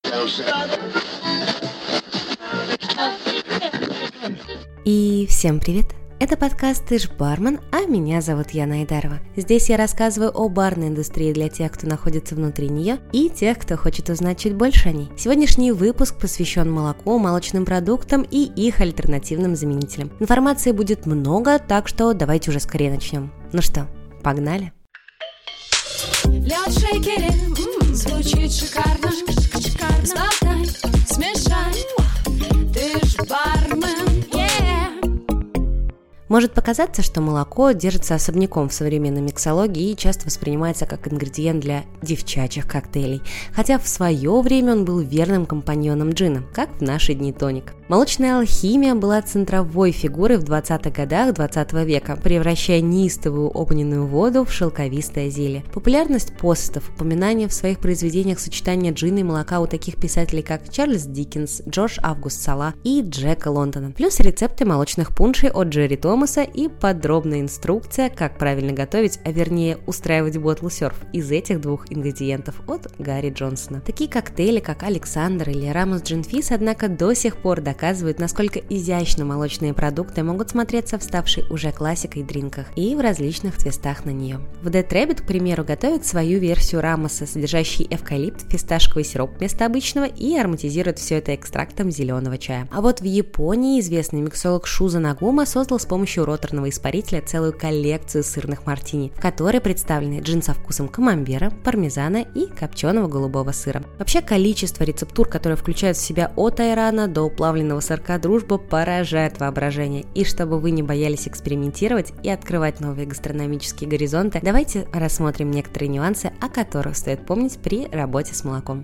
И всем привет! Это подкаст «Ты ж бармен», а меня зовут Яна Айдарова. Здесь я рассказываю о барной индустрии для тех, кто находится внутри нее, и тех, кто хочет узнать чуть больше о ней. Сегодняшний выпуск посвящен молоку, молочным продуктам и их альтернативным заменителям. Информации будет много, так что давайте уже скорее начнем. Ну что, погнали? Лед в шейкере, звучит шикарно. Сболтай, смешай, ты ж бармен, Может показаться, что молоко держится особняком в современной миксологии и часто воспринимается как ингредиент для девчачьих коктейлей, хотя в свое время он был верным компаньоном джина, как в наши дни тоник. Молочная алхимия была центровой фигурой в 20-х годах 20 века, превращая неистовую огненную воду в шелковистое зелье. Популярность постов, упоминания в своих произведениях сочетания джина и молока у таких писателей, как Чарльз Диккенс, Джордж Август Сала и Джека Лондона, плюс рецепты молочных пуншей от Джерри Томаса и подробная инструкция, как правильно готовить, а вернее устраивать ботл-серф из этих двух ингредиентов от Гарри Джонсона. Такие коктейли, как Александр или Рамос Джин Физз, однако до сих пор доказывают, насколько изящно молочные продукты могут смотреться в ставшей уже классикой дринках и в различных твистах на нее. В Dead Rabbit, к примеру, готовят свою версию рамоса, содержащий эвкалипт, фисташковый сироп вместо обычного, и ароматизируют все это экстрактом зеленого чая. А вот в Японии известный миксолог Шуза Нагума создал с помощью роторного испарителя целую коллекцию сырных мартини, в которой представлены джин со вкусом камамбера, пармезана и копченого голубого сыра. Вообще, количество рецептур, которые включают в себя от айрана до плавленного сырка «Дружба», поражает воображение. И чтобы вы не боялись экспериментировать и открывать новые гастрономические горизонты, давайте рассмотрим некоторые нюансы, о которых стоит помнить при работе с молоком.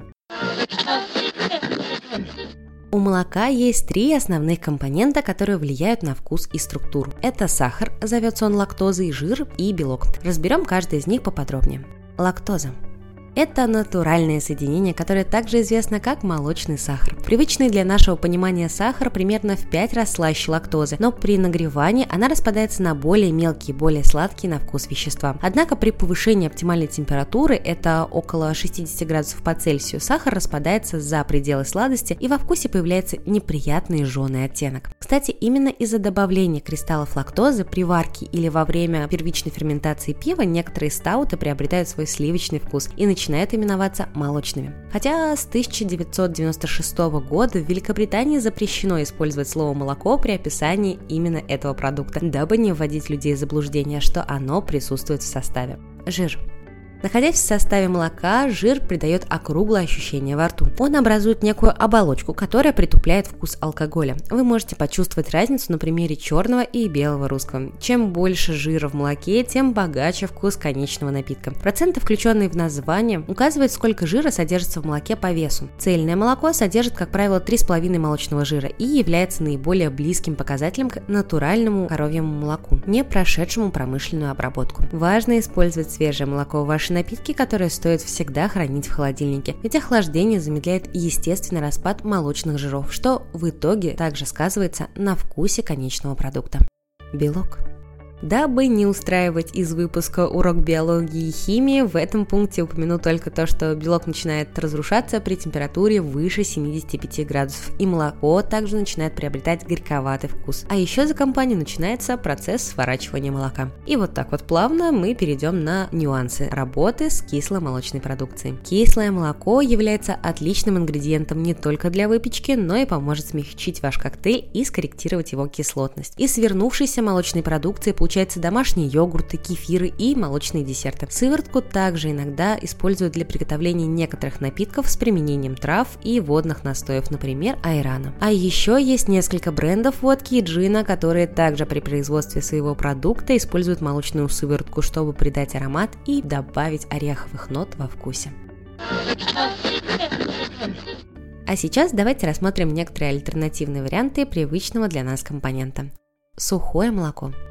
У молока есть три основных компонента, которые влияют на вкус и структуру. Это сахар, зовется он лактозой, жир и белок. Разберем каждый из них поподробнее. Лактоза. Это натуральное соединение, которое также известно как молочный сахар. Привычный для нашего понимания сахар примерно в 5 раз слаще лактозы, но при нагревании она распадается на более мелкие, более сладкие на вкус вещества. Однако при повышении оптимальной температуры, это около 60 градусов по Цельсию, сахар распадается за пределы сладости и во вкусе появляется неприятный жженый оттенок. Кстати, именно из-за добавления кристаллов лактозы при варке или во время первичной ферментации пива некоторые стауты приобретают свой сливочный вкус и начинают именоваться молочными. Хотя с 1996 года в Великобритании запрещено использовать слово «молоко» при описании именно этого продукта, дабы не вводить людей в заблуждение, что оно присутствует в составе. Жир. Находясь в составе молока, жир придает округлое ощущение во рту. Он образует некую оболочку, которая притупляет вкус алкоголя. Вы можете почувствовать разницу на примере черного и белого русского. Чем больше жира в молоке, тем богаче вкус конечного напитка. Проценты, включенные в название, указывают, сколько жира содержится в молоке по весу. Цельное молоко содержит, как правило, 3,5 молочного жира и является наиболее близким показателем к натуральному коровьему молоку, не прошедшему промышленную обработку. Важно использовать свежее молоко в вашей напитки, которые стоит всегда хранить в холодильнике, ведь охлаждение замедляет естественный распад молочных жиров, что в итоге также сказывается на вкусе конечного продукта. Белок. Дабы не устраивать из выпуска урок биологии и химии, в этом пункте упомяну только то, что белок начинает разрушаться при температуре выше 75 градусов, и молоко также начинает приобретать горьковатый вкус. А еще за компанию начинается процесс сворачивания молока. И вот так вот плавно мы перейдем на нюансы работы с кисломолочной продукцией. Кислое молоко является отличным ингредиентом не только для выпечки, но и поможет смягчить ваш коктейль и скорректировать его кислотность. Из свернувшейся молочной продукции получается домашние йогурты, кефиры и молочные десерты. Сыворотку также иногда используют для приготовления некоторых напитков с применением трав и водных настоев, например, айрана. А еще есть несколько брендов водки и джина, которые также при производстве своего продукта используют молочную сыворотку, чтобы придать аромат и добавить ореховых нот во вкусе. А сейчас давайте рассмотрим некоторые альтернативные варианты привычного для нас компонента. Сухое молоко.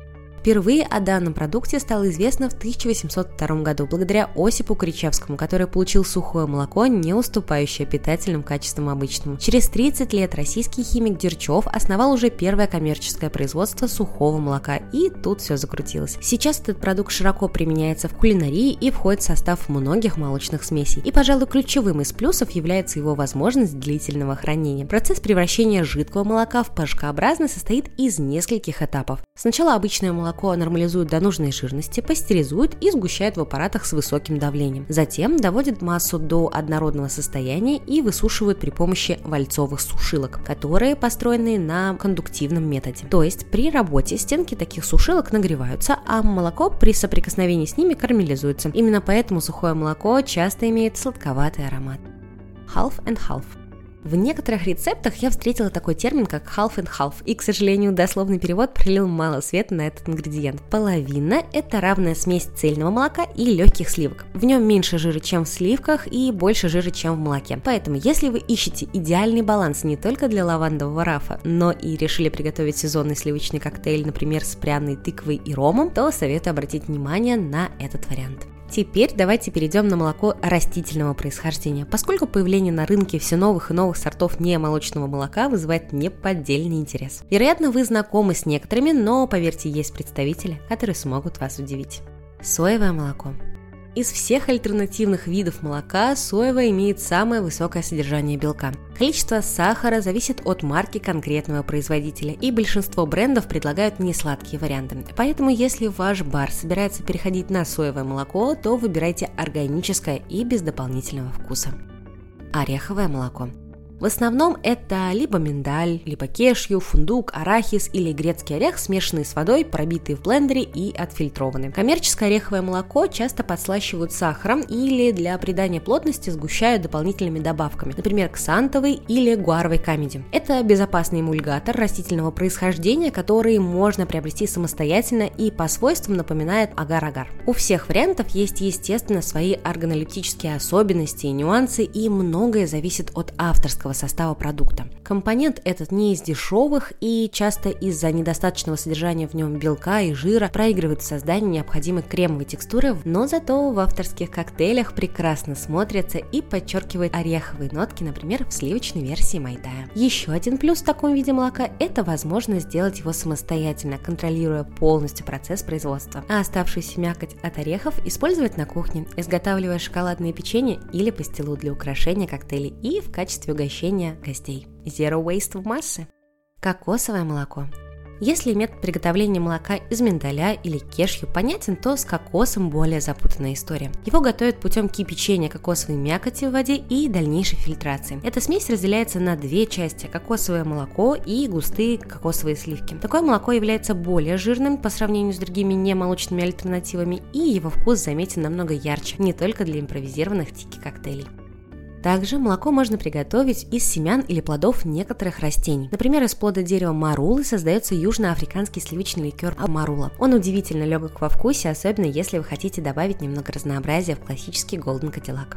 Впервые о данном продукте стало известно в 1802 году благодаря Осипу Кричевскому, который получил сухое молоко, не уступающее питательным качествам обычному. Через 30 лет российский химик Дерчев основал уже первое коммерческое производство сухого молока, и тут все закрутилось. Сейчас этот продукт широко применяется в кулинарии и входит в состав многих молочных смесей. И, пожалуй, ключевым из плюсов является его возможность длительного хранения. Процесс превращения жидкого молока в порошкообразное состоит из нескольких этапов. Сначала обычное молоко нормализуют до нужной жирности, пастеризуют и сгущают в аппаратах с высоким давлением. Затем доводят массу до однородного состояния и высушивают при помощи вальцовых сушилок, которые построены на кондуктивном методе. То есть при работе стенки таких сушилок нагреваются, а молоко при соприкосновении с ними карамелизуется. Именно поэтому сухое молоко часто имеет сладковатый аромат. Half and half. В некоторых рецептах я встретила такой термин, как half and half, и, к сожалению, дословный перевод пролил мало света на этот ингредиент. Половина – это равная смесь цельного молока и легких сливок. В нем меньше жира, чем в сливках, и больше жира, чем в молоке. Поэтому, если вы ищете идеальный баланс не только для лавандового рафа, но и решили приготовить сезонный сливочный коктейль, например, с пряной тыквой и ромом, то советую обратить внимание на этот вариант. Теперь давайте перейдем на молоко растительного происхождения, поскольку появление на рынке все новых и новых сортов немолочного молока вызывает неподдельный интерес. Вероятно, вы знакомы с некоторыми, но, поверьте, есть представители, которые смогут вас удивить. Соевое молоко. Из всех альтернативных видов молока соевое имеет самое высокое содержание белка. Количество сахара зависит от марки конкретного производителя, и большинство брендов предлагают несладкие варианты. Поэтому, если ваш бар собирается переходить на соевое молоко, то выбирайте органическое и без дополнительного вкуса. Ореховое молоко. В основном это либо миндаль, либо кешью, фундук, арахис или грецкий орех, смешанные с водой, пробитые в блендере и отфильтрованные. Коммерческое ореховое молоко часто подслащивают сахаром или для придания плотности сгущают дополнительными добавками, например, ксантовой или гуаровой камеди. Это безопасный эмульгатор растительного происхождения, который можно приобрести самостоятельно и по свойствам напоминает агар-агар. У всех вариантов есть, естественно, свои органолептические особенности и нюансы, и многое зависит от авторского состава продукта. Компонент этот не из дешевых, и часто из-за недостаточного содержания в нем белка и жира проигрывает в создании необходимой кремовой текстуры, но зато в авторских коктейлях прекрасно смотрится и подчеркивает ореховые нотки, например, в сливочной версии майдая. Еще один плюс в таком виде молока – это возможность сделать его самостоятельно, контролируя полностью процесс производства, а оставшуюся мякоть от орехов использовать на кухне, изготавливая шоколадные печенья или пастилу для украшения коктейлей и в качестве угощения гостей. Zero waste в массы. Кокосовое молоко. Если метод приготовления молока из миндаля или кешью понятен, то с кокосом более запутанная история. Его готовят путем кипячения кокосовой мякоти в воде и дальнейшей фильтрации. Эта смесь разделяется на две части – кокосовое молоко и густые кокосовые сливки. Такое молоко является более жирным по сравнению с другими немолочными альтернативами, и его вкус заметен намного ярче, не только для импровизированных тики-коктейлей. Также молоко можно приготовить из семян или плодов некоторых растений. Например, из плода дерева марулы создается южноафриканский сливочный ликер марула. Он удивительно легок во вкусе, особенно если вы хотите добавить немного разнообразия в классический голден кадиллак.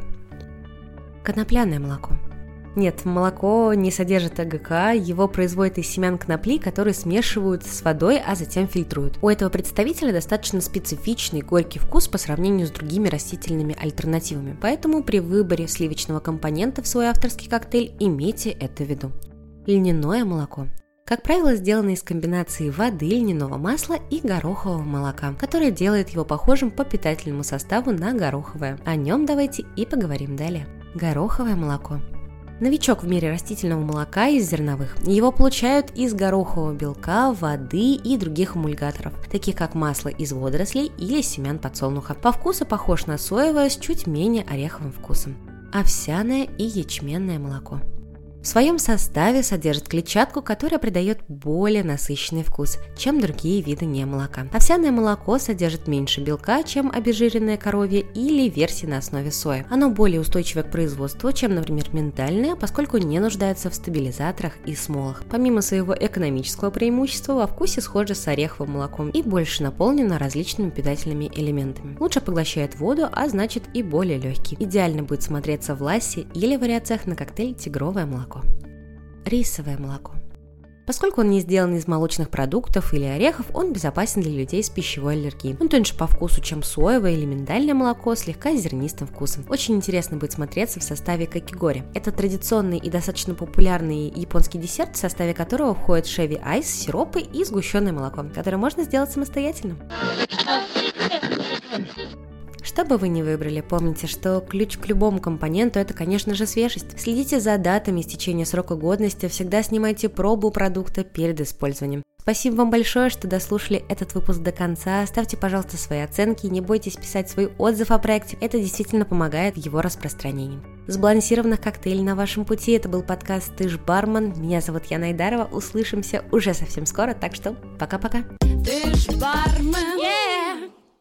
Конопляное молоко. Нет, молоко не содержит АГК, его производят из семян конопли, которые смешивают с водой, а затем фильтруют. У этого представителя достаточно специфичный горький вкус по сравнению с другими растительными альтернативами, поэтому при выборе сливочного компонента в свой авторский коктейль имейте это в виду. Льняное молоко. Как правило, сделано из комбинации воды, льняного масла и горохового молока, которое делает его похожим по питательному составу на гороховое. О нем давайте и поговорим далее. Гороховое молоко. Новичок в мире растительного молока из зерновых. Его получают из горохового белка, воды и других эмульгаторов, таких как масло из водорослей или семян подсолнуха. По вкусу похож на соевое с чуть менее ореховым вкусом. Овсяное и ячменное молоко. В своем составе содержит клетчатку, которая придает более насыщенный вкус, чем другие виды немолока. Овсяное молоко содержит меньше белка, чем обезжиренное коровье или версии на основе сои. Оно более устойчиво к производству, чем, например, миндальное, поскольку не нуждается в стабилизаторах и смолах. Помимо своего экономического преимущества, во вкусе схоже с ореховым молоком и больше наполнено различными питательными элементами. Лучше поглощает воду, а значит и более легкий. Идеально будет смотреться в лассе или вариациях на коктейль «Тигровое молоко». Рисовое молоко. Поскольку он не сделан из молочных продуктов или орехов, он безопасен для людей с пищевой аллергией. Он тоньше по вкусу, чем соевое или миндальное молоко, слегка зернистым вкусом. Очень интересно будет смотреться в составе какигори. Это традиционный и достаточно популярный японский десерт, в составе которого входит шеви айс, сиропы и сгущенное молоко, которое можно сделать самостоятельно. Что бы вы ни выбрали, помните, что ключ к любому компоненту – это, конечно же, свежесть. Следите за датами истечения срока годности, всегда снимайте пробу продукта перед использованием. Спасибо вам большое, что дослушали этот выпуск до конца. Ставьте, пожалуйста, свои оценки, не бойтесь писать свой отзыв о проекте, это действительно помогает в его распространении. Сбалансированных коктейлей на вашем пути. Это был подкаст «Ты ж бармен». Меня зовут Яна Айдарова. Услышимся уже совсем скоро, так что пока-пока. Ты ж бармен.